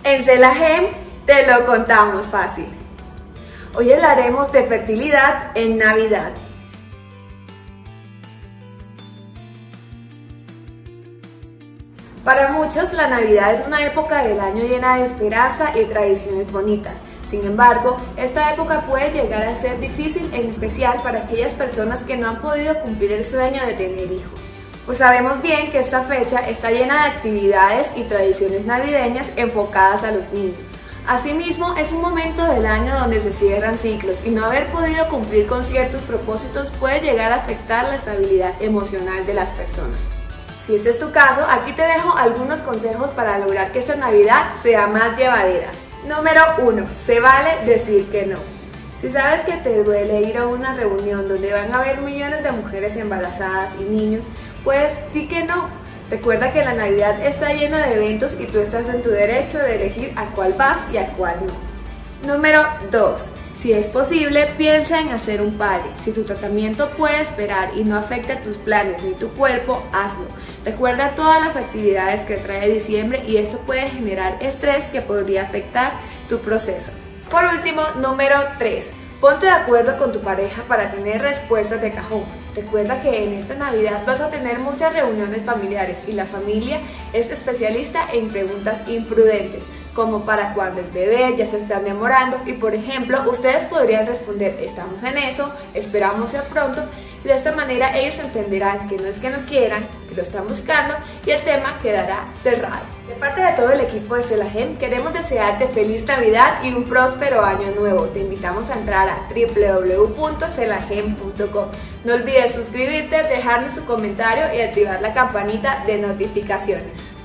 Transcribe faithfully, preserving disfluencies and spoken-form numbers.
En Celagem te lo contamos fácil. Hoy hablaremos de fertilidad en Navidad. Para muchos, la Navidad es una época del año llena de esperanza y tradiciones bonitas. Sin embargo, esta época puede llegar a ser difícil, en especial para aquellas personas que no han podido cumplir el sueño de tener hijos. Pues sabemos bien que esta fecha está llena de actividades y tradiciones navideñas enfocadas a los niños. Asimismo, es un momento del año donde se cierran ciclos y no haber podido cumplir con ciertos propósitos puede llegar a afectar la estabilidad emocional de las personas. Si ese es tu caso, aquí te dejo algunos consejos para lograr que esta Navidad sea más llevadera. Número uno. Se vale decir que no. Si sabes que te duele ir a una reunión donde van a haber millones de mujeres embarazadas y niños, pues di que no. Recuerda que la Navidad está llena de eventos y tú estás en tu derecho de elegir a cuál vas y a cuál no. Número dos. Si es posible, piensa en hacer un pare. Si tu tratamiento puede esperar y no afecta tus planes ni tu cuerpo, hazlo. Recuerda todas las actividades que trae diciembre y esto puede generar estrés que podría afectar tu proceso. Por último, número tres. Ponte de acuerdo con tu pareja para tener respuestas de cajón. Recuerda que en esta Navidad vas a tener muchas reuniones familiares y la familia es especialista en preguntas imprudentes, como para cuando el bebé ya se está demorando y por ejemplo, ustedes podrían responder, estamos en eso, esperamos ser pronto, y de esta manera ellos entenderán que no es que no quieran, que lo están buscando y el tema quedará cerrado. De parte de todo el equipo de Celagem, queremos desearte feliz Navidad y un próspero año nuevo. Te invitamos a entrar a w w w punto celagem punto com. No olvides suscribirte, dejarnos tu comentario y activar la campanita de notificaciones.